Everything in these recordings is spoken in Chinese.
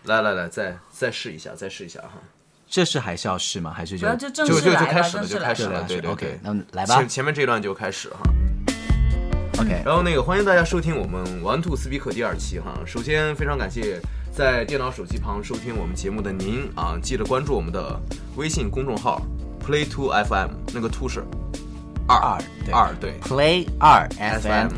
来，再试一下哈。 这是还是要试吗？还是就正式来吧， 就开始了，对。 OK， 那来吧， 前面这段就开始哈。 OK， 然后欢迎大家收听我们玩兔斯皮克第2期哈。首先非常感谢在电脑手机旁收听我们节目的您啊，记得关注我们的微信公众号 Play2FM， 那个兔是2对 Play2FM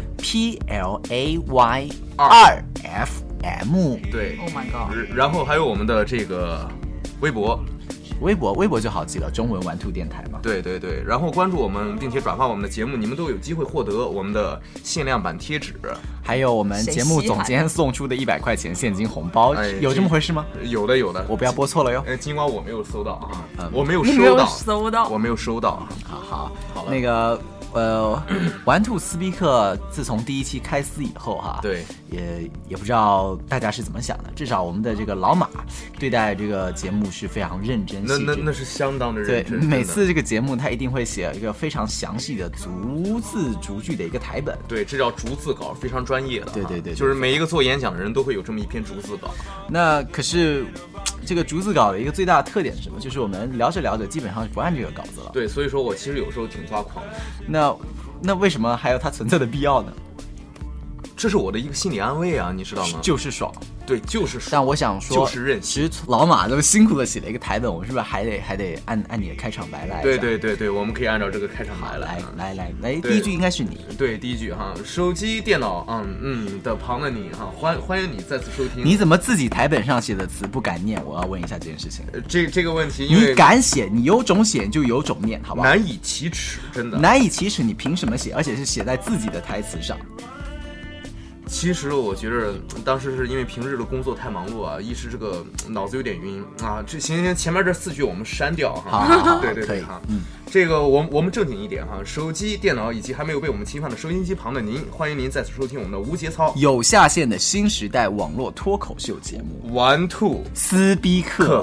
PLAY2FM 对 ，Oh my god！ 然后还有我们的这个微博就好记了，中文玩兔电台嘛。 对，然后关注我们并且转发我们的节目，你们都有机会获得我们的限量版贴纸， 还有我们节目总监送出的100块钱现金红包，有这么回事吗？ 有的， 我不要播错了哟。 尽管我没有收到啊， 我没有收到。 好，那个玩兔斯皮克自从第1期开撕以后哈， 对， 也不知道大家是怎么想的，至少我们的这个老马对待这个节目是非常认真细致， 那是相当的认真。 对，每次这个节目他一定会写一个非常详细的逐字逐句的一个台本， 对，这叫逐字稿，非常专业的。 对， 就是每一个做演讲的人都会有这么一篇逐字稿。 那可是这个逐字稿的一个最大的特点是什么？就是我们聊着聊着基本上不按这个稿子了。 对，所以说我其实有时候挺抓狂的。 那为什么还有它存在的必要呢？ 这是我的一个心理安慰啊，你知道吗？ 就是爽。 对，就是爽。 但我想说， 就是任性。 其实老马这么辛苦的写了一个台本，我们是不是还得按你的开场白来？ 对，我们可以按照这个开场白来。 来，第一句应该是你。 对，第一句哈，手机、电脑，的旁的你哈，欢迎你再次收听。 你怎么自己台本上写的词不敢念？我要问一下这件事情。 这个问题，因为你敢写，你有种写就有种念，好不好？ 难以启齿，真的难以启齿，你凭什么写？而且是写在自己的台词上。 其实我觉得当时是因为平日的工作太忙碌啊，一时这个脑子有点晕啊。这行，前面这4句我们删掉哈。 好， 对哈。这个我们正经一点哈。手机、电脑以及还没有被我们侵犯的收音机旁的您，欢迎您再次收听我们的无节操、 有下限的新时代网络脱口秀节目《 玩兔斯皮克》。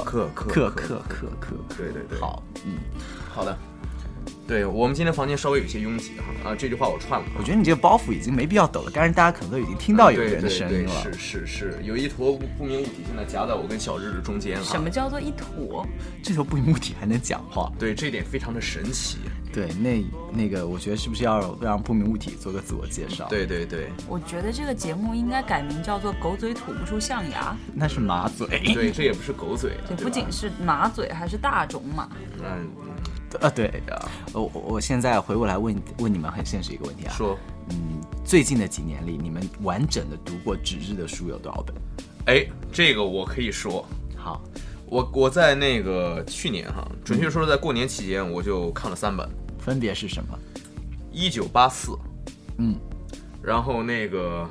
对。 好， 好的。对，我们今天房间稍微有些拥挤哈这句话我串了。 我觉得你这个包袱已经没必要抖了，但是大家可能都已经听到有人的声音了。 是，有一坨不明物体现在夹在我跟小日的中间。 什么叫做一坨？ 这坨不明物体还能讲话？ 对，这一点非常的神奇。 对，那个，我觉得是不是要让不明物体做个自我介绍？ 对。 我觉得这个节目应该改名叫做“狗嘴吐不出象牙”。 那是马嘴。 对，这也不是狗嘴。 对，不仅是马嘴，还是大种马。 对啊，我现在回过来问你们很现实一个问题啊。 说， 最近的几年里，你们完整的读过纸质的书有多少本？ 这个我可以说。 好， 我在那个去年哈，准确说在过年期间，我就看了3本， 分别是什么 ？1984，然后那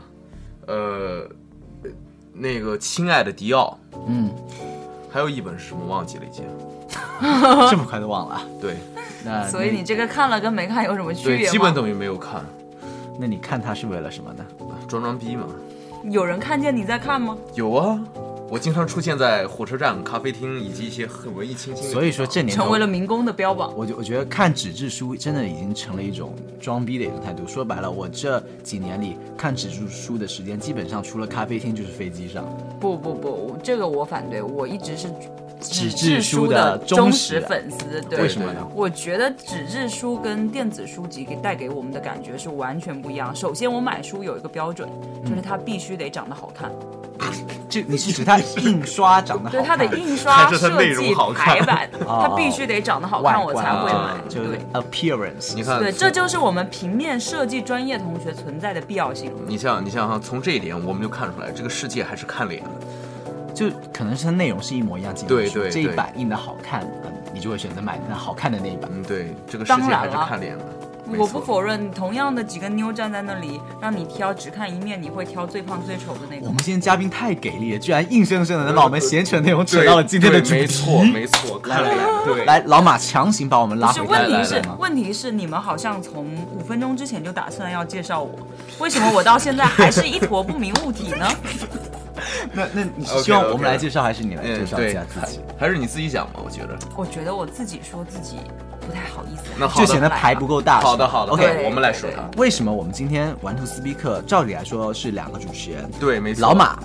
个亲爱的迪奥，还有一本是什么忘记了已经。 这么快就忘了？ 对， 所以你这个看了跟没看有什么区别吗？ 对，基本等于没有看。 那你看它是为了什么呢？ 装逼嘛。 有人看见你在看吗？ 有啊，我经常出现在火车站、咖啡厅以及一些很文艺清新的。 所以说这年头成为了民工的标榜。 我觉得看纸质书真的已经成了一种装逼的一种态度。说白了，我这几年里看纸质书的时间，基本上除了咖啡厅就是飞机上。 不，这个我反对，我一直是纸质书的忠实粉丝。对， 为什么呢？我觉得纸质书跟电子书籍带给我们的感觉是完全不一样。首先，我买书有一个标准，就是它必须得长得好看。 你是指它印刷长得好看？ 对，它的印刷设计排版，它必须得长得好看，我才会买。 对 ，appearance， 你看， 对，这就是我们平面设计专业同学存在的必要性。 你像哈，从这一点我们就看出来，这个世界还是看脸的。 就可能是它内容是一模一样， 对， 这一版印的好看，你就会选择买那好看的那一版。 对，这个世界还是看脸的。 我不否认，同样的几个妞站在那里，让你挑只看一面，你会挑最胖最丑的那个。 我们今天嘉宾太给力了，居然硬生生的能把我们闲扯内容扯到了今天的主题。 没错，看脸。对， 来，老马强行把我们拉回来。问题是你们好像从5分钟之前就打算要介绍我，为什么我到现在还是一坨不明物体呢？ 那你希望我们来介绍，还是你来介绍一下自己？ 还是你自己讲吧？我觉得我自己说自己不太好意思， 那就显得牌不够大。 好的 ，OK， 我们来说它。 为什么我们今天玩兔斯皮克照理来说是2个主持人？ 对，没错。 老马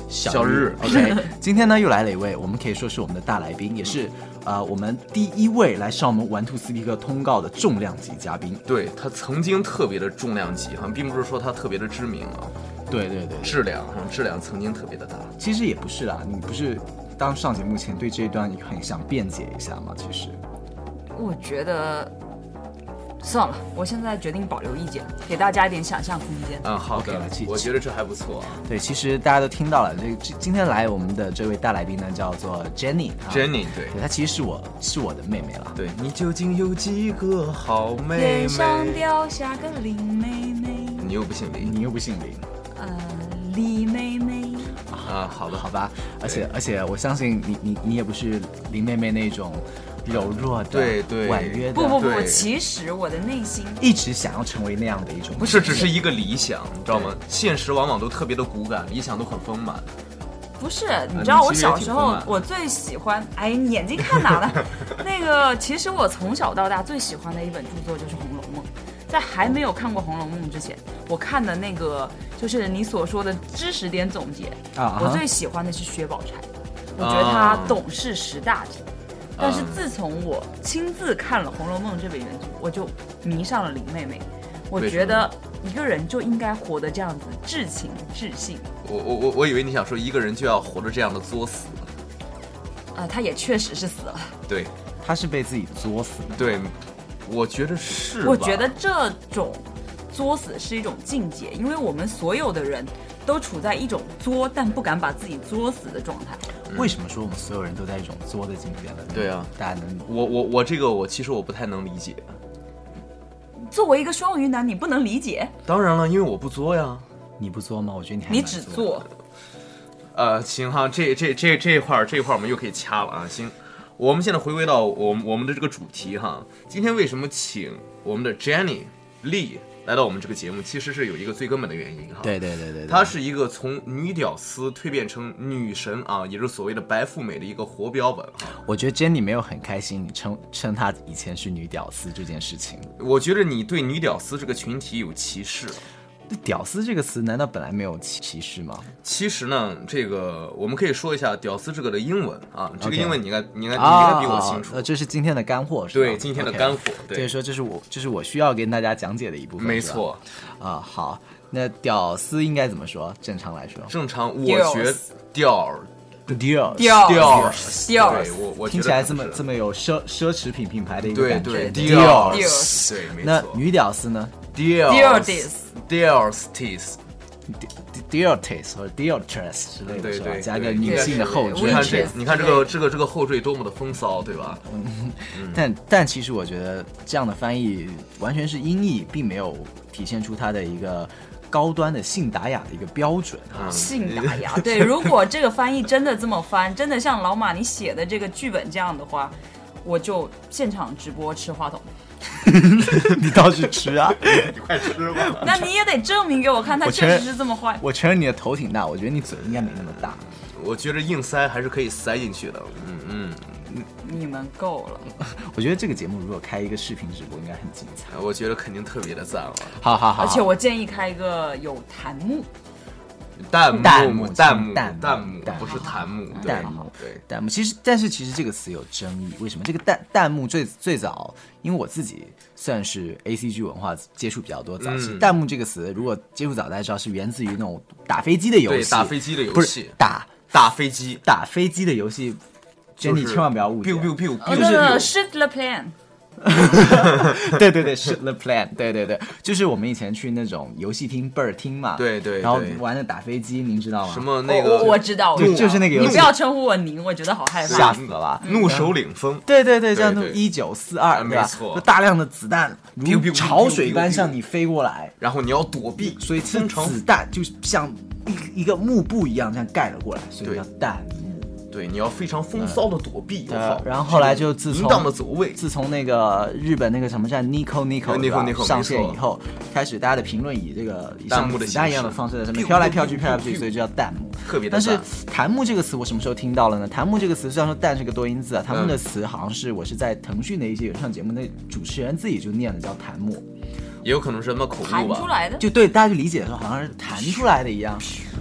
小日。 OK， 今天呢又来了一位，我们可以说是我们的大来宾，也是我们第一位来上我们玩兔斯皮克通告的重量级嘉宾。 对，他曾经特别的重量级哈，并不是说他特别的知名啊。 对， 质量曾经特别的大。 其实也不是啦，你不是当上节目前对这一段很想辩解一下吗？其实我觉得算了，我现在决定保留意见，给大家一点想象空间。 好的， OK， 我觉得这还不错啊。 对，其实大家都听到了，今天来我们的这位大来宾呢，叫做 Jenny。 Jenny， 对， 她其实是我的妹妹了。 对，你究竟有几个好妹妹？ 天上掉下个林妹妹， 你又不姓林， 你又不姓林。 李妹妹好的， 好吧，而且我相信你也不是林妹妹那种柔弱的、 对婉约的， 不， 对其实我的内心一直想要成为那样的一种， 这只是一个理想，你知道吗？现实往往都特别的骨感，理想都很丰满。 不是，你知道我小时候其实也挺丰满我最喜欢，哎，你眼睛看哪了？那个，其实我从小到大最喜欢的一本著作就是《红楼梦》。在还没有看过《红楼梦》之前，我看的那个就是你所说的知识点总结我最喜欢的是薛宝钗，我觉得他懂事识大体。但是自从我亲自看了《红楼梦》这本原著，我就迷上了林妹妹。我觉得一个人就应该活得这样子，至情至性。 我以为你想说一个人就要活得这样的作死了。 他也确实是死了。 对， 他是被自己作死的。 对。我觉得是吧， 我觉得这种作死是一种境界，因为我们所有的人都处在一种作但不敢把自己作死的状态。 为什么说我们所有人都在一种作的境界呢？ 对啊， 大家能我这个其实我不太能理解。 作为一个双鱼男，你不能理解？ 当然了，因为我不作呀。 你不作吗？我觉得你只作。 行哈，这块我们又可以掐了啊。行。我们现在回归到我们的这个主题哈，今天为什么请我们的 Jenny Lee 来到我们这个节目，其实是有一个最根本的原因哈。 对， 她是一个从女屌丝蜕变成女神啊，也就是所谓的白富美的一个活标本哈。 我觉得 Jenny 没有很开心你称她以前是女屌丝这件事情。 我觉得你对女屌丝这个群体有歧视。 屌丝这个词难道本来没有歧视吗？ 其实呢，这个我们可以说一下屌丝这个的英文啊，这个英文你应该比我清楚。 这是今天的干货是吧？ 对，今天的干货。 对，所以说这是我需要跟大家讲解的一部分。 没错。 好，那屌丝应该怎么说？正常来说， 正常我觉得屌， 对， 我听起来这么有奢侈品品牌的一个感觉。 对，没错。 那女屌丝呢 ？Diortis 或者 Diortres 之类的，是吧？加个女性的后缀。 你看这个后缀多么的风骚，对吧？ 但其实我觉得这样的翻译完全是音译，并没有体现出它的一个高端的信达雅的一个标准啊。 信达雅，对，如果这个翻译真的这么翻，真的像老马你写的这个剧本这样的话，我就现场直播吃话筒。 你倒是吃啊！ 你快吃吧。 那你也得证明给我看，他确实是这么坏。 我承认你的头挺大，我觉得你嘴应该没那么大。 我觉得硬塞还是可以塞进去的。 你们够了。 我觉得这个节目如果开一个视频直播，应该很精彩。 我觉得肯定特别的赞了。 好。 而且我建议开一个有弹幕。 弹幕不是弹幕， 对弹幕。其实这个词有争议，为什么？这个弹幕最早，因为我自己算是 ACG 文化接触比较多，早期弹幕这个词，如果接触早，大家知道是源自于那种打飞机的游戏， 对，打飞机的游戏， 不是打飞机的游戏。Jenny 千万不要误解，就是 shoot the plane。 对，shoot the plan， 对，就是我们以前去那种游戏厅倍儿厅嘛， 对， 然后玩的打飞机，您知道吗？ 什么那个我知道， 就是那个游戏， 你不要称呼我您，我觉得好害怕， 吓死了吧？ 怒手领风， 对，这样1942， 没错， 就大量的子弹如潮水般向你飞过来， 然后你要躲避， 所以子弹就像一个幕布一样这样盖了过来，所以叫弹幕。 对，你要非常风骚的躲避。 然后后来就自从那个日本那个什么站 Nico 上线以后，开始大家的评论以这个像子弹一样的方式在上面飘来飘去，所以就叫弹幕。 特别的。 但是弹幕这个词我什么时候听到了呢？弹幕这个词虽然说弹是个多音字啊，弹幕的词好像我是在腾讯的一些原创节目，那主持人自己就念的叫弹幕， 也有可能是什么口误吧？ 弹出来的， 就对大家就理解的时候好像是弹出来的一样。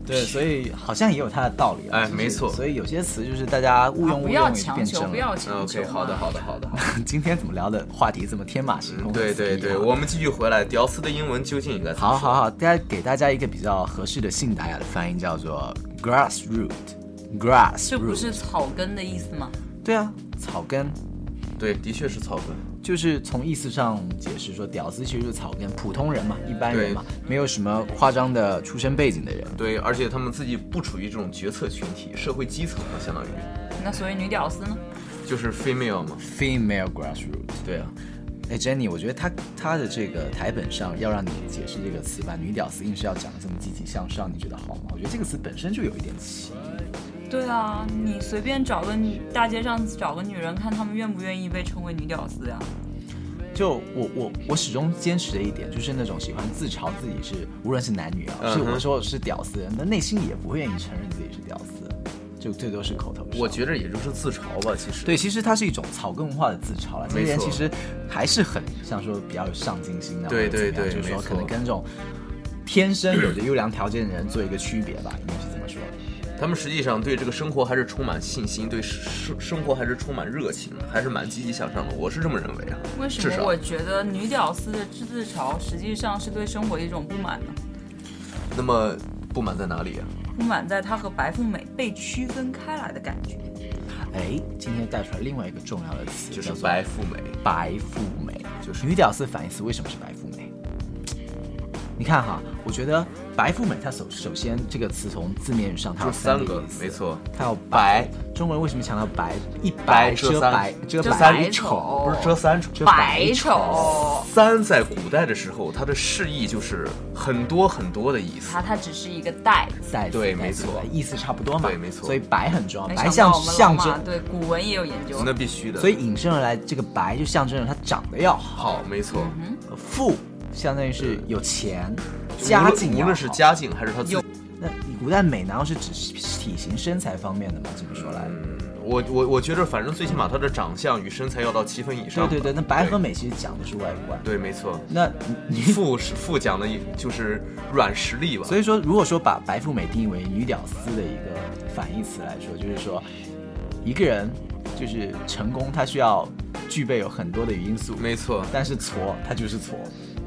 对，所以好像也有它的道理啊。 哎，没错。 所以有些词就是大家误用误用也就变真了。 不要强求。 OK， 好的。 今天怎么聊的话题这么天马行空？ 对，我们继续回来，屌丝的英文究竟应该怎么说？ 好，给大家一个比较合适的信达雅的翻译，叫做 grassroot。 这不是草根的意思吗？ 对啊，草根。 对，的确是草根。 就是从意思上解释说，屌丝其实就是草根，普通人嘛，一般人嘛，没有什么夸张的出身背景的人。 对，而且他们自己不处于这种决策群体、社会基层嘛，相当于。 那所谓女屌丝呢？ 就是 female 嘛 ，female grassroot。 对啊。 哎 ，Jenny， 我觉得他的这个台本上要让你解释这个词吧，女屌丝硬是要讲得这么积极向上，你觉得好吗？我觉得这个词本身就有一点奇异。 对啊，你随便大街上找个女人，看她们愿不愿意被称为女屌丝呀？ 就我始终坚持的一点，就是那种喜欢自嘲自己是无论是男女啊，是我说是屌丝，那内心也不会愿意承认自己是屌丝，就最多是口头上。 我觉得也就是自嘲吧，其实。 对，其实它是一种草根文化的自嘲了。这些人其实还是很像说比较有上进心的， 对， 就是说可能跟这种天生有着优良条件的人做一个区别吧，应该是这么说。 他们实际上对这个生活还是充满信心，对生活还是充满热情，还是蛮积极向上的。我是这么认为啊。 为什么我觉得女屌丝的自嘲实际上是对生活的一种不满呢？ 那么不满在哪里啊？ 不满在她和白富美被区分开来的感觉。 哎，今天带出来另外一个重要的词， 就是白富美。 白富美就是女屌丝反义词，为什么是白富美？你看哈，我觉得白富美它首先这个词从字面上它有三个意思， 没错， 它有白，中国人为什么强调白？一白遮三丑， 不是遮三丑， 遮白丑。 三在古代的时候，它的释义就是很多很多的意思。 它只是一个代字， 对， 没错， 意思差不多嘛， 对，没错。 所以白很重要，白象征， 对，古文也有研究， 那必须的。 所以引申而来，这个白就象征着他长得要好， 没错。 富相当于是有钱，家境， 无论是家境还是他自己。 那古代美难道是指体型身材方面的吗？这么说来， 我觉得反正最起码他的长相与身材要到7分以上。 对，那白和美其实讲的是外观。 对，没错。 那富讲的就是软实力吧。 所以说，如果说把白富美定义为女屌丝的一个反义词来说，就是说一个人就是成功，他需要具备有很多的因素。 没错。 但是矬，他就是矬。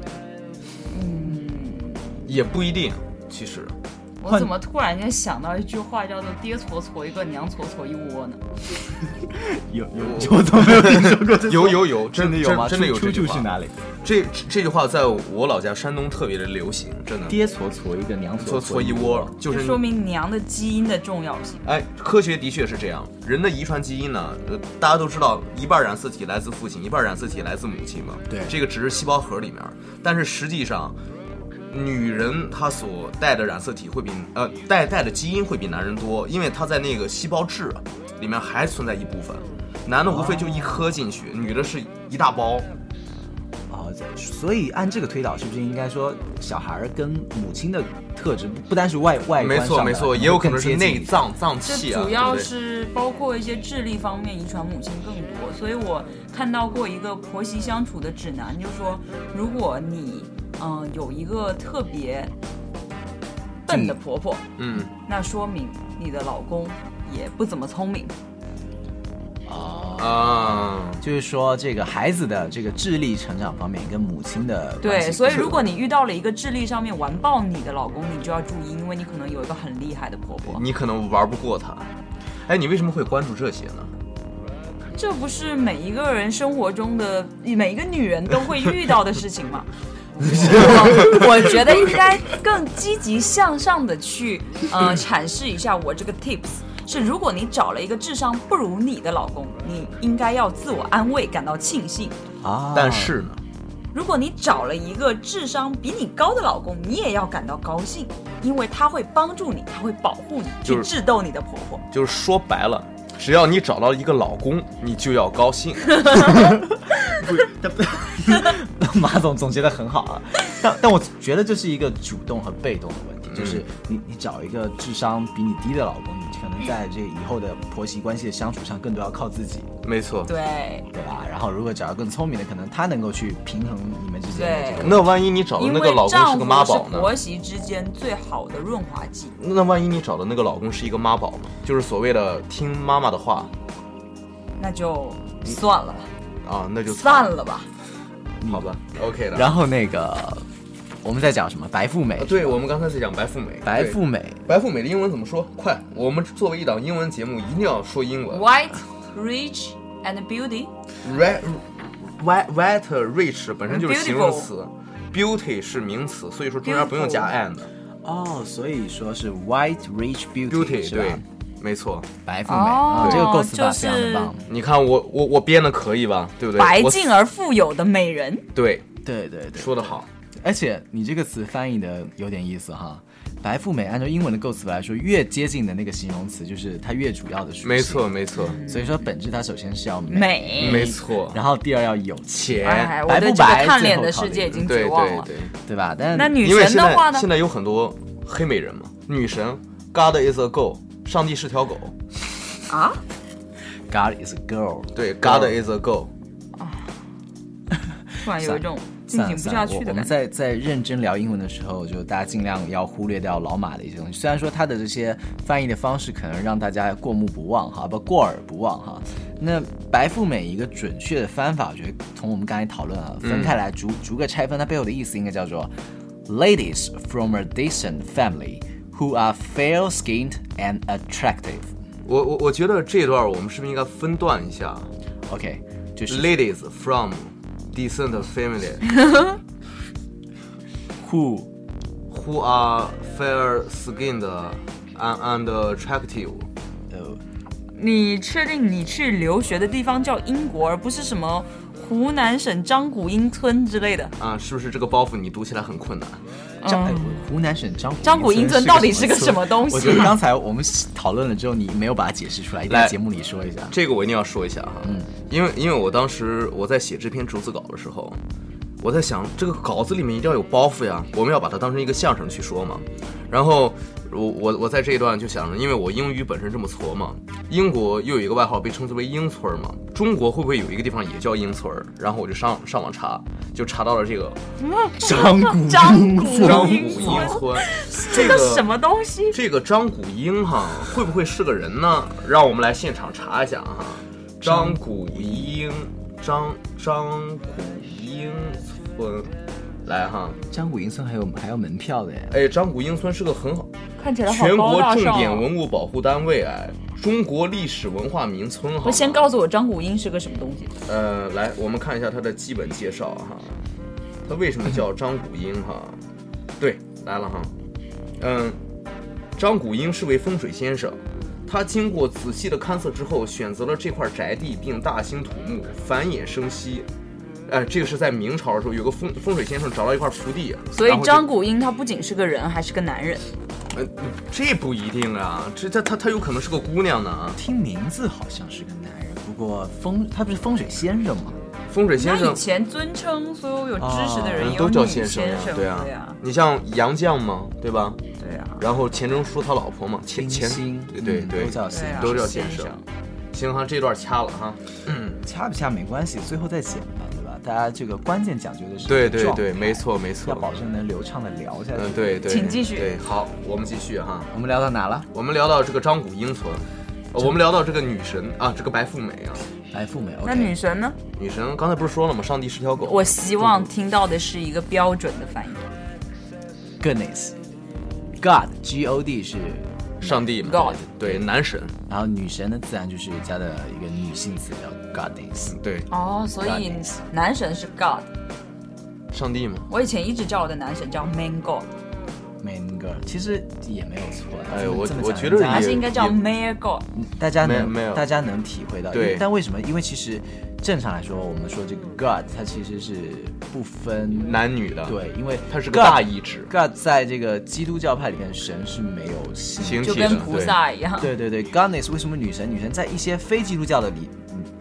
也不一定，其实。 我怎么突然间想到一句话，叫做“爹矬矬一个，娘矬矬一窝”呢？ 有，我都没有听说过这。 有， 真的有吗？ 真的有这句话。 出处是哪里？ 这句话在我老家山东特别的流行，真的。 爹矬矬一个，娘矬矬一窝， 就是说明娘的基因的重要性。 哎，科学的确是这样。人的遗传基因呢，大家都知道，一半染色体来自父亲，一半染色体来自母亲嘛。 对， 这个只是细胞核里面，但是实际上。女人她所带的染色体会比带的基因会比男人多，因为她在那个细胞质里面还存在一部分，男的无非就一颗进去，女的是一大包。 所以按这个推导，是不是应该说小孩跟母亲的特质不单是外观上的， 没错，也有可能是内脏气啊， 这主要是包括一些智力方面遗传母亲更多。所以我看到过一个婆媳相处的指南，就是说如果你有一个特别笨的婆婆，那说明你的老公也不怎么聪明。 就是说这个孩子的这个智力成长方面跟母亲的关系。 对，所以如果你遇到了一个智力上面完爆你的老公，你就要注意，因为你可能有一个很厉害的婆婆， 你可能玩不过他。哎，你为什么会关注这些呢？ 这不是每一个人生活中的每一个女人都会遇到的事情吗？我觉得应该更积极向上的去阐释一下我这个 tips。是，如果你找了一个智商不如你的老公，你应该要自我安慰，感到庆幸啊。 但是呢， 如果你找了一个智商比你高的老公，你也要感到高兴，因为他会帮助你，他会保护你，去智斗你的婆婆。 就是说白了，只要你找到一个老公，你就要高兴。 马总总结的很好啊，但我觉得这是一个主动和被动的问题，就是你找一个智商比你低的老公，你可能在这个以后的婆媳关系的相处上更多要靠自己， 没错， 对吧？然后如果找到更聪明的，可能他能够去平衡你们之间的这个。 那万一你找的那个老公是个妈宝呢？ 因为丈夫是婆媳之间最好的润滑剂。 那万一你找的那个老公是一个妈宝呢？就是所谓的听妈妈的话， 那就算了吧。 那就散了吧。 好吧 ，OK 的。 然后那个我们在讲什么？白富美。 对，我们刚才在讲白富美。 白富美， 白富美的英文怎么说？快，我们作为一档英文节目，一定要说英文。 White, rich, and beauty. White, rich 本身就是形容词 ，beauty 是名词，所以说中间不用加 and。 所以说是 white, rich, beauty 是吧？ 对。没错， 白富美这个构词法非常的棒。 你看我编的可以吧？对不对？ 白净而富有的美人。 对，说得好。 而且你这个词翻译的有点意思哈。白富美按照英文的构词法来说，越接近的那个形容词就是它越主要的属性。 没错，没错。 所以说本质它首先是要美， 没错。 然后第二要有钱， 白不白？看脸的世界已经绝望了， 对吧？但那女神的话呢？ 现在有很多黑美人嘛，女神 God is a girl。上帝是条狗啊 ，God is a girl， 对 ，God is a girl。 突然有一种进行不下去的感觉。 我们在认真聊英文的时候，就大家尽量要忽略掉老马的一些东西。虽然说他的这些翻译的方式可能让大家过目不忘哈，过耳不忘哈。那白富美一个准确的翻法，我觉得从我们刚才讨论分开来逐个拆分，它背后的意思应该叫做 Ladies from a decent family。Who are fair-skinned and attractive？ 我觉得这段我们是不是应该分段一下 ？OK， 就是 Ladies from decent family who are fair-skinned and attractive。 你确定你去留学的地方叫英国，而不是什么湖南省张古英村之类的？ 是不是这个包袱你读起来很困难？ 湖南省张古英村到底是个什么东西？ 我觉得刚才我们讨论了之后，你没有把它解释出来，一定在节目里说一下。 这个我一定要说一下哈，因为我当时我在写这篇逐字稿的时候，我在想这个稿子里面一定要有包袱呀，我们要把它当成一个相声去说嘛。然后我在这一段就想着，因为我英语本身这么矬嘛，英国又有一个外号被称之为英村嘛，中国会不会有一个地方也叫英村？然后我就上网查，就查到了这个张古英村， 这个什么东西？ 这个张古英哈，会不会是个人呢？让我们来现场查一下哈。张古英村。来哈， 张古英村还有门票的耶！ 张古英村是个很好， 看起来好全国高大上重点文物保护单位中国历史文化名村。 我先告诉我张古英是个什么东西。 来，我们看一下它的基本介绍哈，它为什么叫张古英哈？对，来了哈，张古英是位风水先生，他经过仔细的勘测之后，选择了这块宅地，并大兴土木，繁衍生息。这个是在明朝的时候，有个风水先生找到一块福地， 所以张古英他不仅是个人，还是个男人。 这不一定啊，他有可能是个姑娘呢。 听名字好像是个男人，不过他不是风水先生吗？ 风水先生他以前尊称所有有知识的人都叫先生呀， 对啊。你像杨绛嘛，对吧？ 对啊。 然后钱钟书他老婆嘛， 钱对，都叫先生。行哈，这段掐了哈。 掐不掐没关系，最后再剪吧，对吧？大家这个关键讲究的是对，没错， 要保证能流畅的聊下去。 对， 请继续。 对，好，我们继续哈。 我们聊到哪了？ 我们聊到这个张古英村，我们聊到这个女神啊，这个白富美啊。 白富美， 那女神呢？ 女神刚才不是说了吗？上帝是条狗。 我希望听到的是一个标准的翻译。 Goodness，God G-O-D 是上帝嘛 ，God 对男神， 然后女神呢自然就是加的一个女性词叫 Goddess， 对所以男神是 God， 上帝吗？ 我以前一直叫我的男神叫 Man God。Man God 其实也没有错， 我觉得还是应该叫 Mayor God， 大家能体会到， 对， 但为什么？因为其实正常来说，我们说这个 God 它其实是不分男女的， 对，因为它是个大意志。 God 在这个基督教派里面，神是没有形体的， 就跟菩萨一样。 对 ，Goddess 为什么女神在一些非基督教的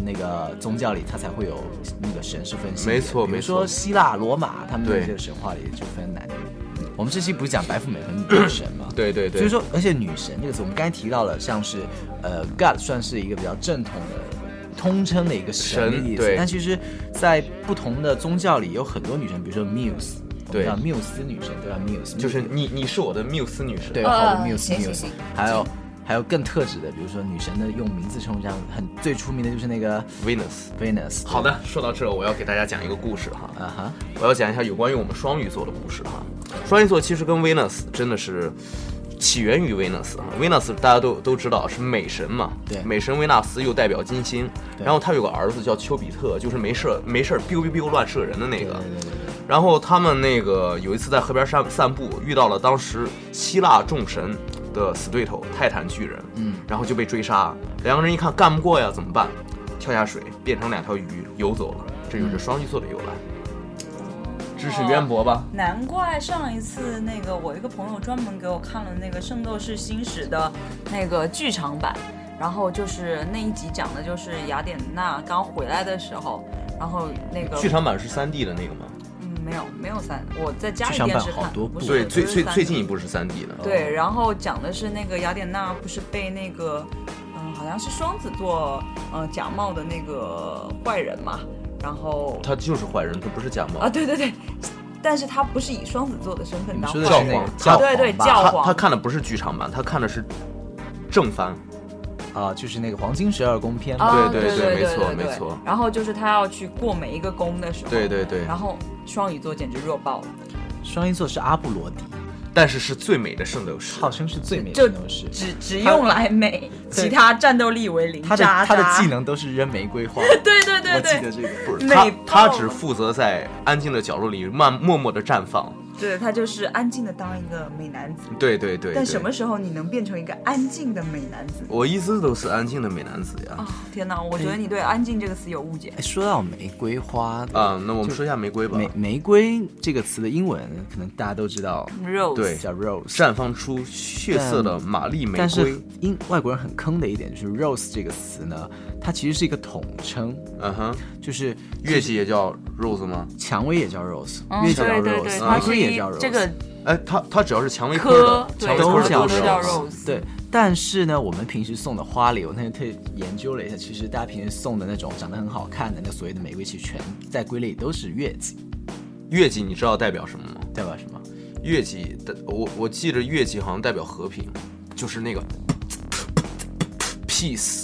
那个宗教里，它才会有那个神是分性别。 没错比如说希腊、罗马，他们的这个神话里就分男女。我们这期不是讲白富美和女神吗？ 对对对。 所以说，而且女神这个词，我们刚才提到了，像是God 算是一个比较正统的通称的一个神的意思。但其实，在不同的宗教里有很多女神，比如说 Muse。对，叫缪斯女神，都叫 Muse， 就是你是我的缪斯女神。 对，好的 Muse。还有更特指的，比如说女神的用名字称呼，这样最出名的就是那个 Venus。好的，说到这，我要给大家讲一个故事哈。我要讲一下有关于我们双鱼座的故事哈。双鱼座其实跟 Venus 真的是起源于 Venus 哈。Venus 大家都知道是美神嘛， 对， 美神维纳斯又代表金星，然后他有个儿子叫丘比特，就是没事 biu biu biu 乱射人的那个。对。然后他们那个有一次在河边散步，遇到了当时希腊众神的死对头泰坦巨人，然后就被追杀。两个人一看干不过呀，怎么办？跳下水变成2条鱼游走了。这就是双鱼座的由来。知识渊博吧？ 难怪上一次那个我一个朋友专门给我看了那个《圣斗士星矢》的那个剧场版，然后就是那一集讲的就是雅典娜刚回来的时候，然后那个剧场版是3D 的那个吗？ 没有我在家里电视看，不是对，最近一部是3D 的。 对，然后讲的是那个雅典娜不是被那个好像是双子座假冒的那个坏人嘛，然后他就是坏人，他不是假冒啊，对，但是他不是以双子座的身份当坏人， 对教皇， 他看的不是剧场版，他看的是正番。 就是那个黄金12宫篇。 对， 没错。 然后就是他要去过每一个宫的时候， 对。 然后双鱼座简直弱爆了。 双鱼座是阿布罗迪， 但是最美的圣斗士， 号称是最美的圣斗士， 只用来美，其他战斗力为零。他的技能都是扔玫瑰花。 对， 我记得这个。 不是他只负责在安静的角落里默默的绽放。 对，他就是安静的当一个美男子。 对。 但什么时候你能变成一个安静的美男子？ 我一直都是安静的美男子呀。 天哪，我觉得你对安静这个词有误解。 说到玫瑰花那我们说一下玫瑰吧。 玫瑰这个词的英文可能大家都知道 ，rose， 对，叫 rose， 绽放出血色的玛丽玫瑰。 但是外国人很坑的一点就是 rose 这个词呢，它其实是一个统称。就是月季也叫 rose 吗？ 蔷薇也叫 rose， 月季叫 rose， 玫瑰也叫 rose。 这个它只要是蔷薇科的， 都叫 rose。 对，但是呢，我们平时送的花里，我那天特意研究了一下，其实大家平时送的那种长得很好看的那所谓的玫瑰，其实全在归类里都是月季。 月季你知道代表什么吗？ 代表什么？ 月季我记着月季好像代表和平，就是那个 peace。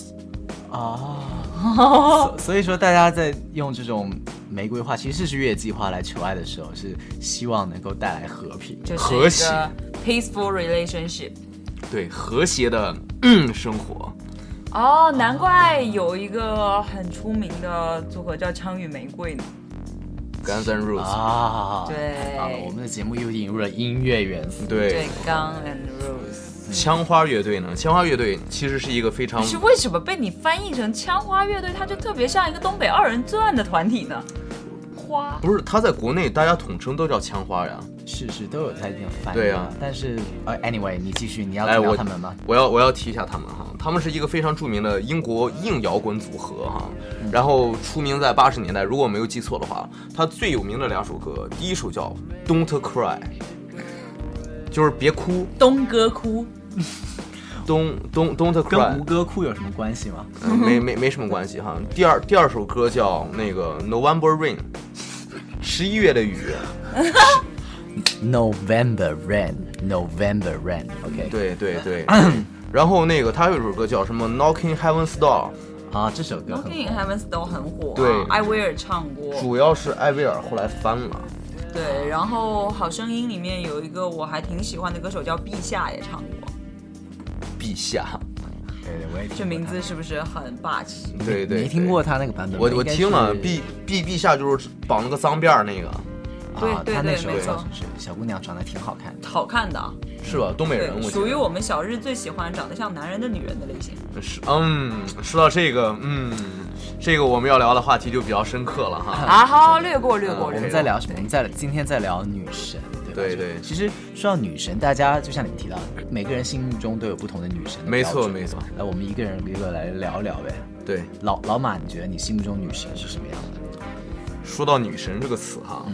所以说大家在用这种玫瑰花，其实是月季花来求爱的时候，是希望能够带来和平、 和谐 ，peaceful relationship。 对，和谐的生活。 难怪有一个很出名的组合叫枪与玫瑰呢。 Guns N' Roses。 对。 我们的节目又引入了音乐元素。 对 ，Guns N' Roses。 枪花乐队呢？枪花乐队其实是一个非常…… 是为什么被你翻译成枪花乐队？它就特别像一个东北2人转的团体呢？花不是，它在国内大家统称都叫枪花呀。 是都有在一定翻译。 对啊， 但是anyway， 你继续，你要提到他们吗？ 我要提一下他们哈，他们是一个非常著名的英国硬摇滚组合哈，然后出名在80年代，如果我没有记错的话，他最有名的2首歌，第一首叫 Don't Cry， 就是别哭， 东哥哭。 Don't Cry 跟吴哥哭有什么关系吗？ 没什么关系哈。第二首歌叫那个 November Rain， 11月的雨。 November Rain。OK。 对。然后那个他有一首歌叫什么 Knocking Heaven's Door。 这首歌 Knocking Heaven's Door 很火。 对， 艾薇儿唱过。 主要是艾薇儿后来翻了。 对，然后《好声音》里面有一个我还挺喜欢的歌手叫陛下，也唱过。 陛下， 对，我也这名字是不是很霸气？ 对， 没听过他那个版本。 我听了，陛下就是绑了个脏辫那个。 对， 他那时候没错， 小姑娘长得挺好看的。 好看的， 是吧？东北人， 属于我们小日最喜欢长得像男人的女人的类型。 是，说到这个，这个我们要聊的话题就比较深刻了哈。好，略过。 我们在聊什么？我们今天在聊女神。 对。 其实说到女神，大家就像你们提到的，每个人心目中都有不同的女神的标准。 没错。 我们一个人一个来聊聊呗。 对， 老马，你觉得你心目中女神是什么样的？ 说到女神这个词哈，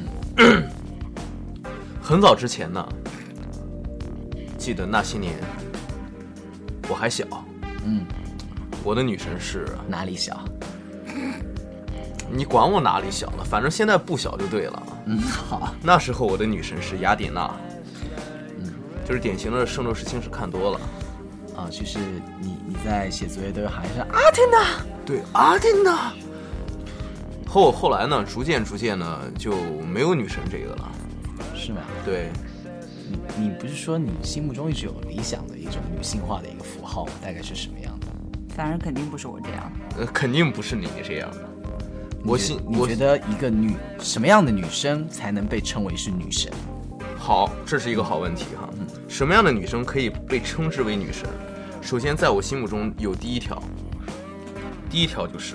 很早之前呢，记得那些年我还小，我的女神是哪里小？ 你管我哪里小了，反正现在不小就对了。 好。 那时候我的女神是雅典娜，就是典型的圣斗士星矢看多了。 就是你在写作业都喊一声阿天娜， 对，阿天娜。后来呢，逐渐呢就没有女神这个了， 是吗？ 对。 你不是说你心目中一直有理想的一种女性化的一个符号，大概是什么样的？ 当然肯定不是我这样的。 肯定不是你这样的。 你觉得一个什么样的女生才能被称为是女神？ 好，这是一个好问题哈。什么样的女生可以被称之为女神？首先，在我心目中有第一条就是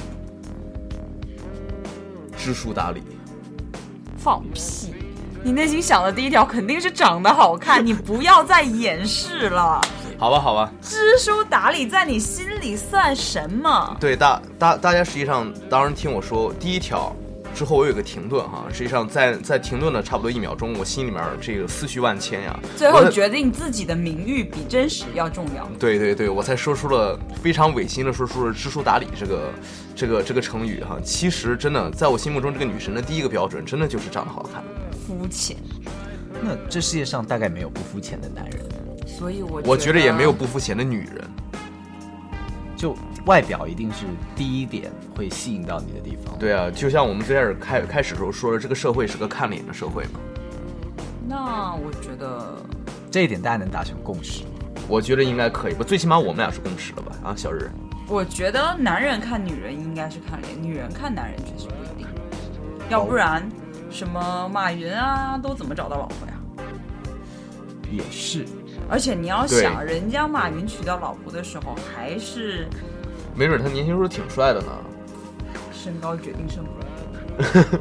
知书达理。 放屁！你内心想的第一条肯定是长得好看，你不要再掩饰了。 好吧。 知书达理在你心里算什么？ 对，大家实际上当然听我说第一条之后，我有个停顿哈。实际上在停顿的差不多1秒钟，我心里面这个思绪万千呀。 最后决定自己的名誉比真实要重要。 对，我才说出了非常违心的说出了知书达理这个成语哈。其实真的在我心目中，这个女神的第一个标准真的就是长得好看。 肤浅。 那这世界上大概没有不肤浅的男人。 所以我觉得也没有不肤浅的女人。 就外表一定是第一点会吸引到你的地方。 对啊，就像我们最开始的时候说的，这个社会是个看脸的社会嘛。 那我觉得这一点大家能达成共识吗？ 我觉得应该可以吧，最起码我们俩是共识了吧？啊，小日。 我觉得男人看女人应该是看脸，女人看男人确实不一定。要不然什么马云啊都怎么找到老婆呀？ 也是。 而且你要想，人家马云娶到老婆的时候还是， 没准他年轻时候挺帅的呢。 身高决定胜负。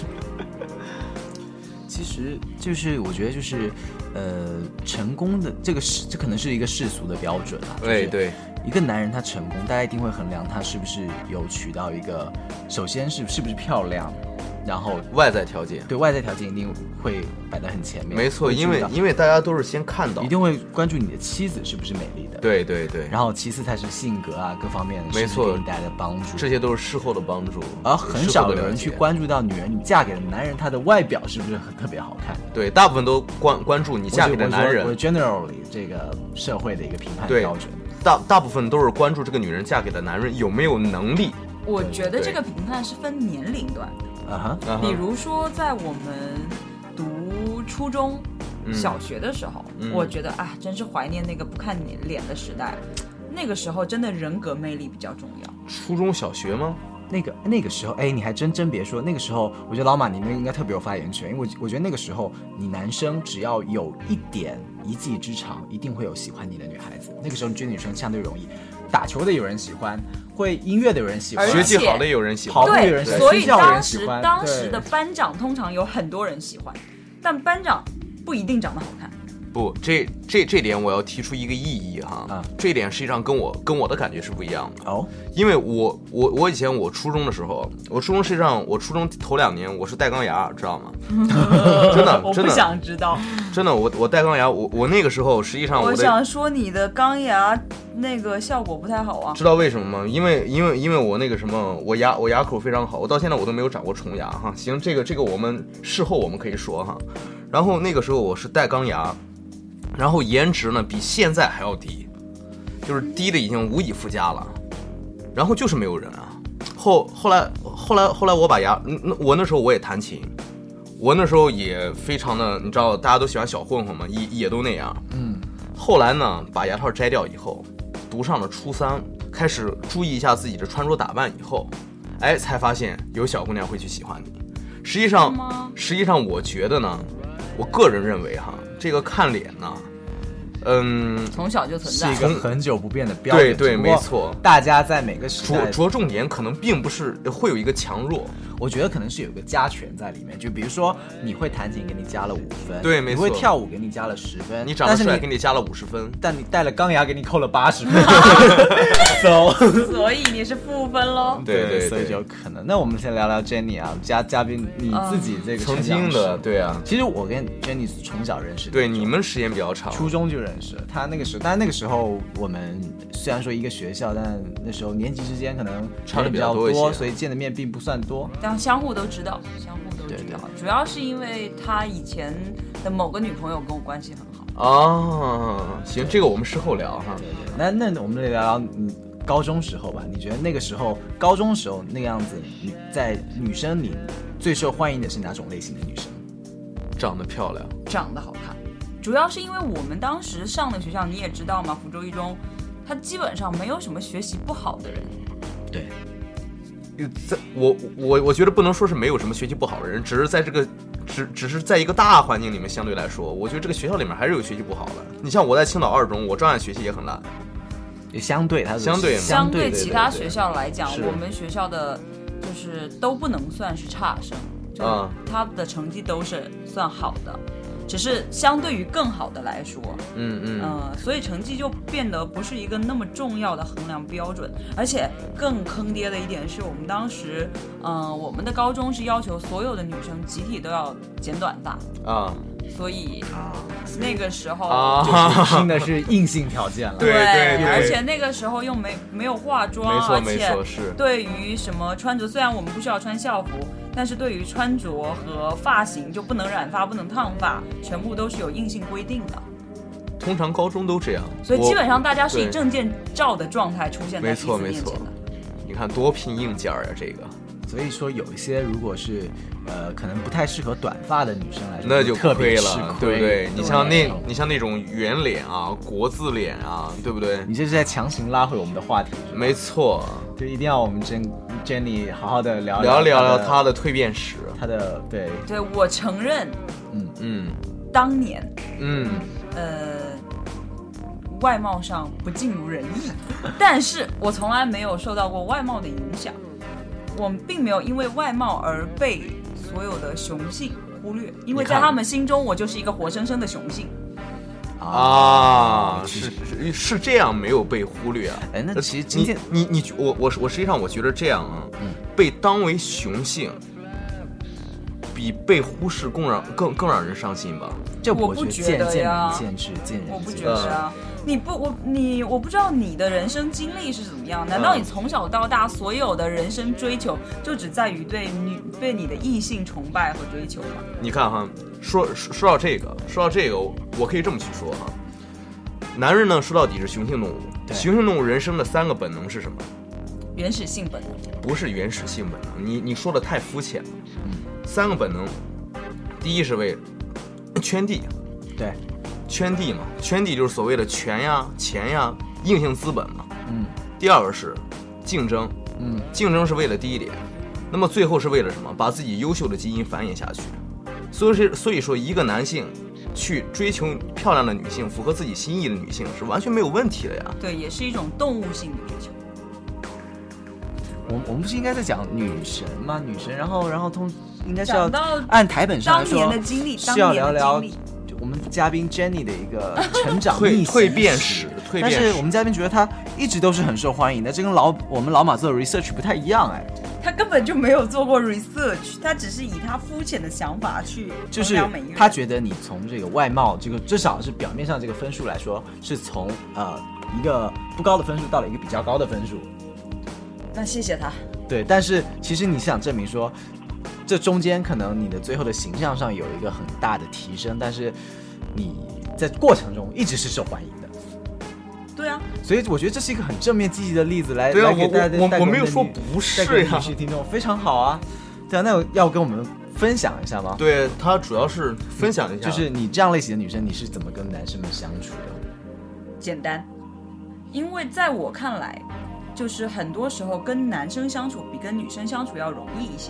其实就是我觉得就是成功的这可能是一个世俗的标准啊。 对， 一个男人他成功，大家一定会衡量他是不是有娶到一个，首先是不是漂亮。然后外在条件， 对外在条件一定会摆在很前面。 没错，因为大家都是先看到， 一定会关注你的妻子是不是美丽的。 对。 然后其次才是性格啊各方面， 没错， 给你带来的帮助， 这些都是事后的帮助。 而很少有人去关注到女人，你嫁给的男人他的外表是不是特别好看。 对，大部分都关注你嫁给的男人。 我 generally 这个社会的一个评判标准， 大部分都是关注这个女人嫁给的男人有没有能力。 我觉得这个评判是分年龄段的。比如说在我们读初中、小学的时候，我觉得真是怀念那个不看脸的时代。那个时候真的人格魅力比较重要。 初中小学吗？ 那个时候，你还真别说，那个时候我觉得老马你那应该特别有发言权，因为我觉得那个时候你男生只要有一点一技之长，一定会有喜欢你的女孩子。那个时候你追女生相对容易，打球的有人喜欢，会音乐的有人喜欢， 学习好的有人喜欢， 跑步有人喜欢， 所以睡觉有人喜欢。 当时的班长通常有很多人喜欢，但班长不一定长得好看。 不，这点我要提出一个异议哈，这一点实际上跟我的感觉是不一样的哦。 因为我以前我初中的时候，我初中头2年我是戴钢牙，知道吗？真的， 我不想知道。 真的，我戴钢牙，我那个时候实际上我想说你的钢牙那个效果不太好啊。 知道为什么吗？因为我那个什么，我牙口非常好，我到现在我都没有长过虫牙哈。行，这个我们事后我们可以说哈。然后那个时候我是戴钢牙。然后颜值呢比现在还要低，就是低的已经无以复加了，然后就是没有人啊。后来我把牙，我那时候我也弹琴，我那时候也非常的，你知道大家都喜欢小混混嘛，也都那样。后来呢把牙套摘掉以后，读上了初3，开始注意一下自己的穿着打扮以后，才发现有小姑娘会去喜欢你。实际上我觉得呢，我个人认为哈。这个看脸呢， 从小就存在， 是一个很久不变的标准。 对，没错。 大家在每个时代着重点可能并不是会有一个强弱， 我觉得可能是有一个加权在里面，就比如说你会弹琴给你加了5分， 对，没错， 你会跳舞给你加了10分， 你长得帅给你加了50分， 但你戴了钢牙给你扣了80分所以你是负分咯。 对， 所以就可能。那我们先聊聊 Jenny 啊，嘉宾你自己这个曾经的，对啊， 其实我跟 Jenny 从小认识的， 对，你们时间比较长， 初中就认识了。但那个时候我们虽然说一个学校，但那时候年级之间可能差的比较多，所以见的面并不算多， 但相互都知道。对，主要是因为他以前的某个女朋友跟我关系很好啊。行，这个我们事后聊哈。 对，那我们聊聊你高中时候吧。你觉得那个时候高中时候那个样子，你在女生里最受欢迎的是哪种类型的女生？ 长得漂亮， 长得好看。主要是因为我们当时上的学校你也知道嘛，福州一中，它基本上没有什么学习不好的人。 对。 我觉得不能说是没有什么学习不好的人，只是在这个只是在一个大环境里面，相对来说，我觉得这个学校里面还是有学习不好的。你像我在青岛2中，我照样学习也很烂。 也相对其他学校来讲，我们学校的就是都不能算是差生，就他的成绩都是算好的。只是相对于更好的来说，所以成绩就变得不是一个那么重要的衡量标准。而且更坑爹的一点是我们当时，我们的高中是要求所有的女生集体都要剪短发啊，所以那个时候就是听的是硬性条件了。 对，而且那个时候又没有化妆， 没错，是对于什么穿着，虽然我们不需要穿校服。但是对于穿着和发型就不能染发不能烫发，全部都是有硬性规定的。 通常高中都这样， 所以基本上大家是以证件照的状态出现在彼此面前的。 你看多拼硬件啊这个。 所以说有一些如果是可能不太适合短发的女生来说， 那就特别吃亏，对不对？你像那种圆脸啊、国字脸啊，对不对？ 你这是在强行拉回我们的话题。 没错， 就一定要我们Jenny 好好的聊聊她的蜕变史， 她的对， 我承认，当年，外貌上不尽如人意，但是我从来没有受到过外貌的影响。我们并没有因为外貌而被所有的雄性忽略，因为在他们心中我就是一个活生生的雄性啊，是这样，没有被忽略啊。 哎，那其实今天我实际上我觉得这样啊，被当为雄性比被忽视更让人伤心吧。 这我不觉得呀， 见智见仁， 我不觉得啊。我不知道你的人生经历是怎么样？难道你从小到大所有的人生追求就只在于对你的异性崇拜和追求吗？ 你看哈，说到这个，我可以这么去说哈。男人呢，说到底是雄性动物，雄性动物人生的3个本能是什么？ 原始性本能。不是原始性本能，你说的太肤浅了。3个本能，第一是为圈地， 对。 圈地嘛，圈地就是所谓的权呀、钱呀、硬性资本嘛。第2个是竞争，竞争是为了第一点，那么最后是为了什么？把自己优秀的基因繁衍下去。所以说，一个男性去追求漂亮的女性，符合自己心意的女性是完全没有问题的呀。 对，也是一种动物性的追求。 我们不是应该在讲女神吗？女神，然后应该是要按台本上来说， 当年的经历， 是要聊聊我们嘉宾 Jenny 的一个成长蜕变史。 但是我们嘉宾觉得她一直都是很受欢迎的，这跟我们老马做的 research 不太一样哎。 他根本就没有做过 research， 他只是以他肤浅的想法去就是他觉得你从这个外貌这个至少是表面上这个分数来说，是从一个不高的分数到了一个比较高的分数。 那谢谢他。对， 但是其实你想证明说，这中间可能你的最后的形象上有一个很大的提升，但是你在过程中一直是受欢迎的。 对啊， 所以我觉得这是一个很正面积极的例子来给大家。 我没有说不是呀， 女性听众非常好啊。对啊，那要跟我们分享一下吗？ 对，他主要是分享一下， 就是你这样类型的女生，你是怎么跟男生们相处的？ 简单，因为在我看来，就是很多时候跟男生相处比跟女生相处要容易一些，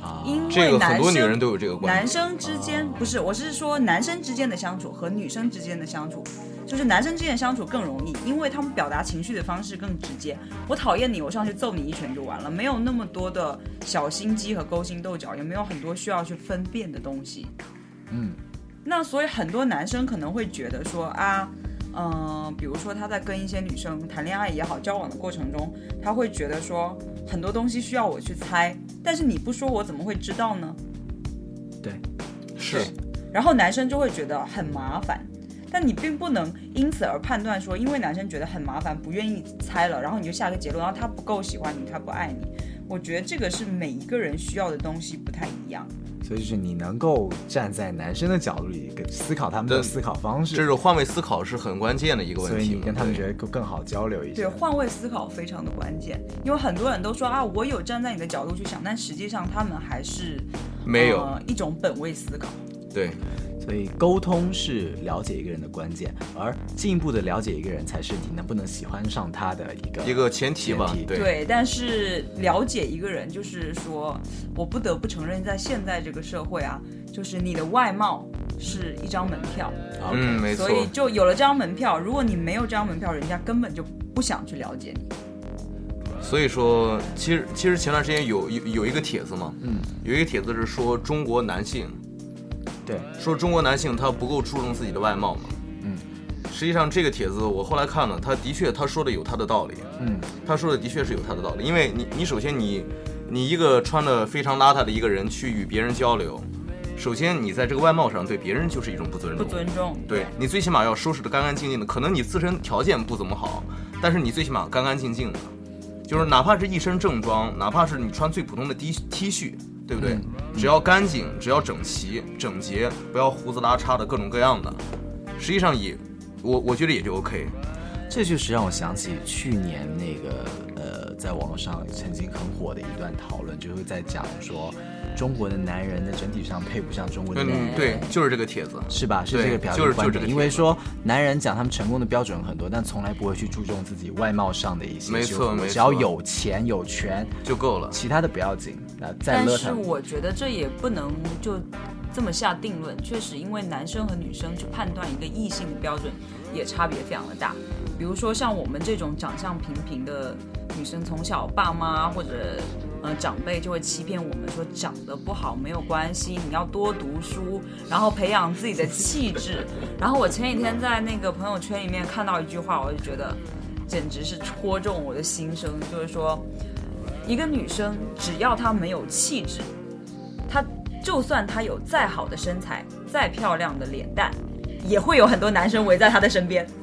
因这个为男生很多女人都有这个观点。 男生之间不是，我是说男生之间的相处和女生之间的相处，就是男生之间的相处更容易，因为他们表达情绪的方式更直接。我讨厌你，我上去揍你一拳就完了，没有那么多的小心机和勾心斗角，也没有很多需要去分辨的东西。那所以很多男生可能会觉得说啊。比如说他在跟一些女生谈恋爱也好，交往的过程中，他会觉得说很多东西需要我去猜，但是你不说我怎么会知道呢？ 对， 是。 然后男生就会觉得很麻烦，但你并不能因此而判断说，因为男生觉得很麻烦，不愿意猜了，然后你就下个结论，然后他不够喜欢你，他不爱你。我觉得这个是每一个人需要的东西不太一样。 所以就是你能够站在男生的角度里思考他们的思考方式， 这是换位思考是很关键的一个问题， 所以你跟他们觉得更好交流一些。 对，换位思考非常的关键，因为很多人都说啊，我有站在你的角度去想，但实际上他们还是没有、 一种本位思考。 对。 所以沟通是了解一个人的关键，而进一步的了解一个人才是你能不能喜欢上他的一个前提吧。 对，但是了解一个人，就是说我不得不承认，在现在这个社会啊，就是你的外貌是一张门票。 没错。 所以就有了这张门票，如果你没有这张门票，人家根本就不想去了解你。 所以说，其实前段时间有一个帖子嘛，有一个帖子是说中国男性。 对， 说中国男性他不够注重自己的外貌嘛。实际上这个帖子我后来看了，他的确他说的有他的道理。他说的的确是有他的道理，因为你首先你一个穿得非常邋遢的一个人去与别人交流，首先你在这个外貌上对别人就是一种不尊重。对，你最起码要收拾得干干净净的，可能你自身条件不怎么好，但是你最起码干干净净的，就是哪怕是一身正装，哪怕是你穿最普通的 T 恤。对不对？只要干净，只要整齐整洁，不要胡子拉碴的各种各样的，实际上我觉得也就 OK。 这就是让我想起去年那个在网络上曾经很火的一段讨论，就是在讲说中国的男人的整体上配不上中国的女人。 对，就是这个帖子， 是吧？是这个表现观点。因为说男人讲他们成功的标准很多，但从来不会去注重自己外貌上的一些。 没错， 只要有钱有权就够了， 其他的不要紧。 但是我觉得这也不能就这么下定论，确实因为男生和女生去判断一个异性的标准也差别非常的大。比如说像我们这种长相平平的女生，从小爸妈或者长辈就会欺骗我们说长得不好没有关系，你要多读书，然后培养自己的气质。然后我前几天在那个朋友圈里面看到一句话，我就觉得简直是戳中我的心声，就是说一个女生只要她没有气质，她就算她有再好的身材，再漂亮的脸蛋，也会有很多男生围在她的身边。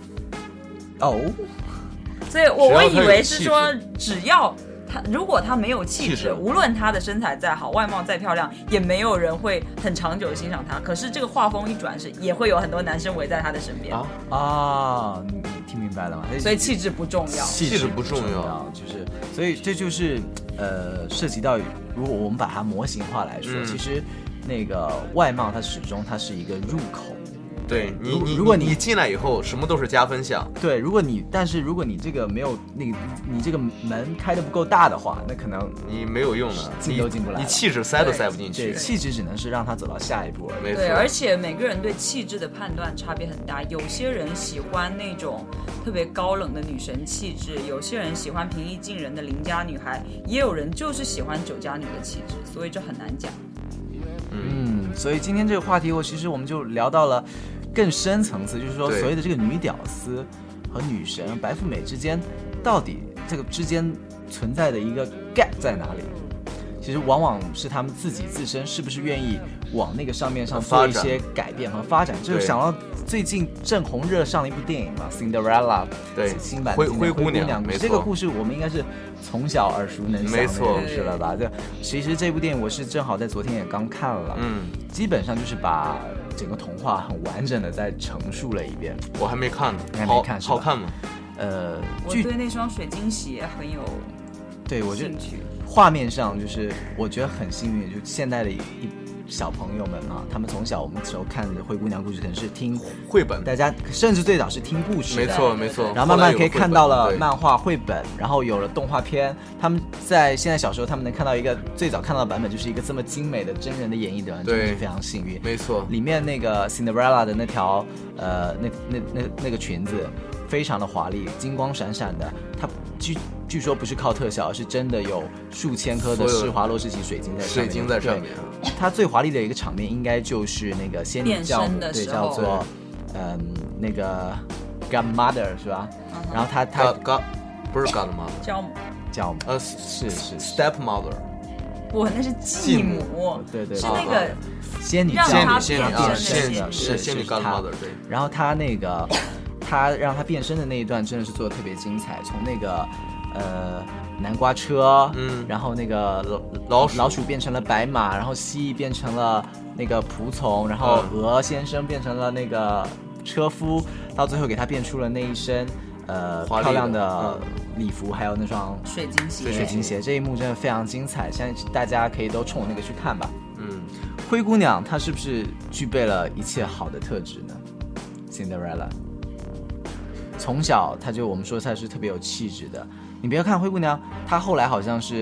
所以我以为是说只要如果他没有气质，无论他的身材再好，外貌再漂亮，也没有人会很长久欣赏他。可是这个话锋一转，是也会有很多男生围在他的身边你听明白了吗？ 所以气质不重要， 气质不重要，就是所以这就是涉及到，如果我们把它模型化来说，其实那个外貌它始终它是一个入口。 对如果你进来以后，什么都是加分项。 对，但是如果你这个没有你这个门开得不够大的话，那可能你没有用的， 进都进不来， 你气质塞都塞不进去。 对，气质只能是让他走到下一步而已。 对，而且每个人对气质的判断差别很大，有些人喜欢那种特别高冷的女神气质，有些人喜欢平易近人的邻家女孩，也有人就是喜欢酒家女的气质，所以这很难讲。 所以今天这个话题，其实我们就聊到了更深层次，就是说所谓的这个女屌丝和女神白富美之间，到底这个之间存在的一个 gap 在哪里？其实往往是他们自身是不是愿意往那个上面上做一些改变和发展。就想到最近正红热上了一部电影嘛， Cinderella， 对， 新版灰姑娘， 这个故事我们应该是从小耳熟能详的故事了吧？对，其实这部电影我是正好在昨天也刚看了，基本上就是把整个童话很完整的再陈述了一遍。 我还没看呢， 还没看， 好看吗？ 我对那双水晶鞋很有对，我觉得兴趣。 画面上就是我觉得很幸运，就现代的小朋友们嘛，他们从小我们时候看的灰姑娘故事，可能是听绘本， 大家甚至最早是听故事的， 没错没错。 然后慢慢可以看到了对漫画、绘本，然后有了动画片。他们在现在小时候，他们能看到一个最早看到的版本，就是一个这么精美的真人的演绎的人，真的是非常幸运。 没错， 里面那个 Cinderella 的那条那个裙子非常的华丽，金光闪闪的。它据说不是靠特效，是真的有数千颗的施华洛世奇水晶在上面。 水晶在上面。 它最华丽的一个场面应该就是那个仙女教母，对，叫做那个 Godmother 是吧？然后他不是 Godmother， 教母， 是 Stepmother， 不，那是继母， 对， 是那个仙女仙女 Godmother， 对。 然后他那个他让他变身的那一段真的是做的特别精彩，从那个南瓜车，然后那个老鼠变成了白马，然后蜥蜴变成了那个仆从，然后鹅先生变成了那个车夫，到最后给他变出了那一身漂亮的礼服，还有那双水晶鞋。 这一幕真的非常精彩，相信大家可以都冲我那个去看吧。灰姑娘她是不是具备了一切好的特质呢 ？Cinderella 从小她就我们说她是特别有气质的。你别看灰姑娘，她后来好像是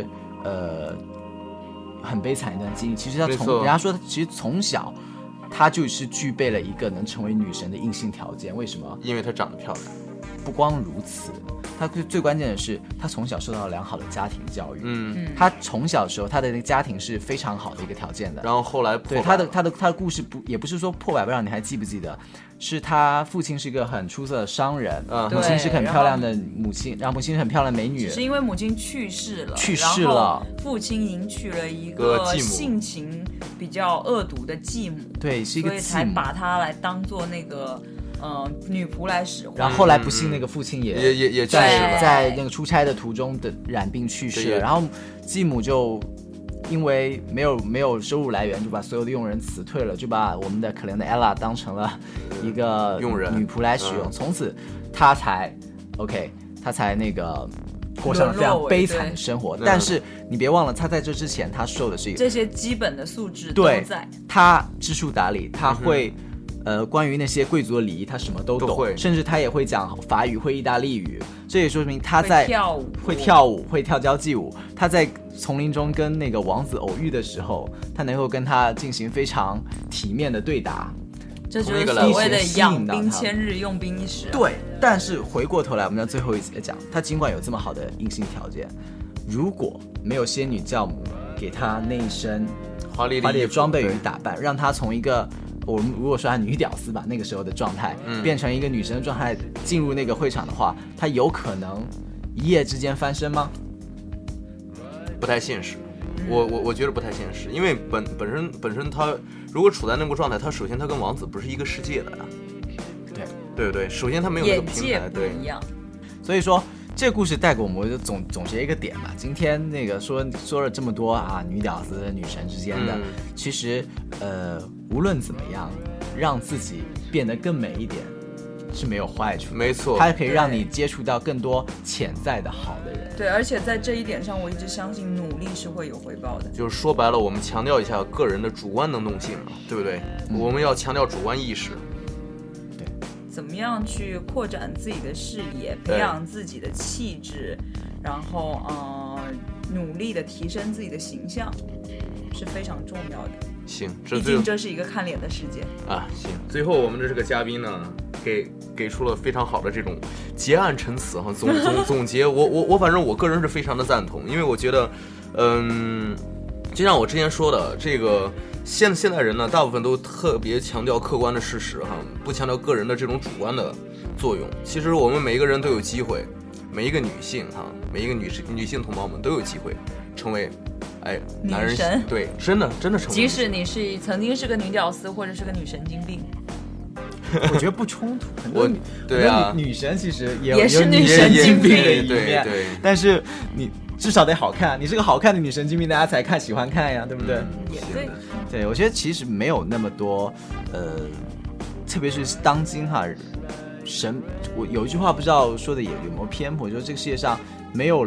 很悲惨一段经历。其实她人家说她其实从小她就是具备了一个能成为女神的硬性条件。为什么？ 因为她长得漂亮。 不光如此，她最关键的是她从小受到了良好的家庭教育。她从小的时候她的那个家庭是非常好的一个条件的。 然后后来对她的故事也不是说破百不让，你还记不记得？是她父亲是一个很出色的商人，母亲是很漂亮的母亲，然后母亲是很漂亮的美女。 是因为母亲去世了， 然后父亲迎娶了一个性情比较恶毒的继母， 对，是一个继母， 所以才把她来当做那个女仆来使唤。 然后后来不幸那个父亲也去世了， 在那个出差的途中的染病去世了，然后继母就因为没有收入来源，就把所有的佣人辞退了，就把我们的可怜的 Ella 当成了一个佣人女仆来使用。从此她才那个过上了非常悲惨的生活。但是你别忘了，她在这之前她受的是这些基本的素质都在。 她知书达理，她会关于那些贵族的礼仪她什么都懂，甚至她也会讲法语，会意大利语。这也说明她在会跳舞，会跳交际舞。她在丛林中跟那个王子偶遇的时候，她能够跟他进行非常体面的对答。 这就是所谓的养兵千日，用兵一时。 对，但是回过头来，我们在最后一节讲，她尽管有这么好的硬性条件，如果没有仙女教母给她那一身华丽的装备与打扮，让她从一个我们如果说她女屌丝吧，那个时候的状态，变成一个女神的状态进入那个会场的话，她有可能一夜之间翻身吗？ 不太现实。我觉得不太现实，因为本身他如果处在那个状态，他首先他跟王子不是一个世界的呀，对不对？首先他没有那个平台，对， 不一样。 所以说这个故事带给我们，我就总结一个点吧。今天那个说了这么多啊，女屌丝、女神之间的，其实无论怎么样，让自己变得更美一点是没有坏处的， 没错， 它可以让你接触到更多潜在的好的人。 对，而且在这一点上，我一直相信努力是会有回报的。 就是说白了，我们强调一下个人的主观能动性，对不对？我们要强调主观意识。 对， 怎么样去扩展自己的视野，培养自己的气质，然后努力的提升自己的形象，是非常重要的。 行， 毕竟这是一个看脸的世界啊。行，最后我们这个嘉宾呢，给出了非常好的这种结案陈词哈，总结。我反正我个人是非常的赞同，因为我觉得，就像我之前说的，这个现代人呢，大部分都特别强调客观的事实哈，不强调个人的这种主观的作用。其实我们每一个人都有机会，每一个女性哈，每一个女性同胞们都有机会成为。男人神， 对，真的成为。 即使你曾经是个女屌丝，或者是个女神经病， 我觉得不冲突。很多女神其实也是女神经病的一面，对。 但是你至少得好看，你是个好看的女神经病，大家才喜欢看呀，对不对？ 也对。 对，我觉得其实没有那么多，特别是当今哈我有一句话不知道说的有没有偏颇，就是这个世界上没有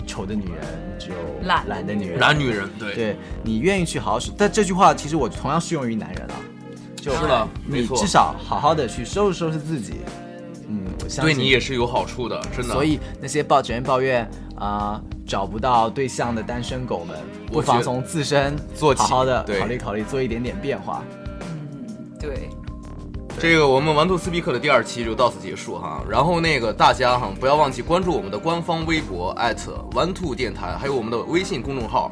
丑的女人，只有懒的女人。 懒女人，对， 对你愿意去好好使，但这句话其实我同样适用于男人啊。 是的， 你至少好好的去收拾收拾自己，我相信对你也是有好处的，真的。 所以那些整天抱怨找不到对象的单身狗们，不妨从自身做起， 好好的考虑考虑，做一点点变化。 对。 这个我们玩兔斯皮克的第2期就到此结束哈，然后大家不要忘记关注我们的官方微博玩兔电台，还有我们的微信公众号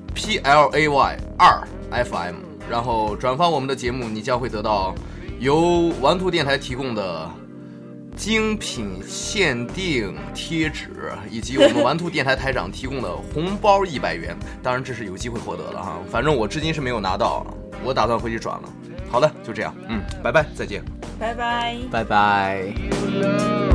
PLAY2FM， 然后转发我们的节目，你将会得到由玩兔电台提供的精品限定贴纸，以及我们玩兔电台台长提供的红包100元，当然这是有机会获得了哈，反正我至今是没有拿到，我打算回去转了。好的，就这样，拜拜，再见， 拜拜， 拜拜。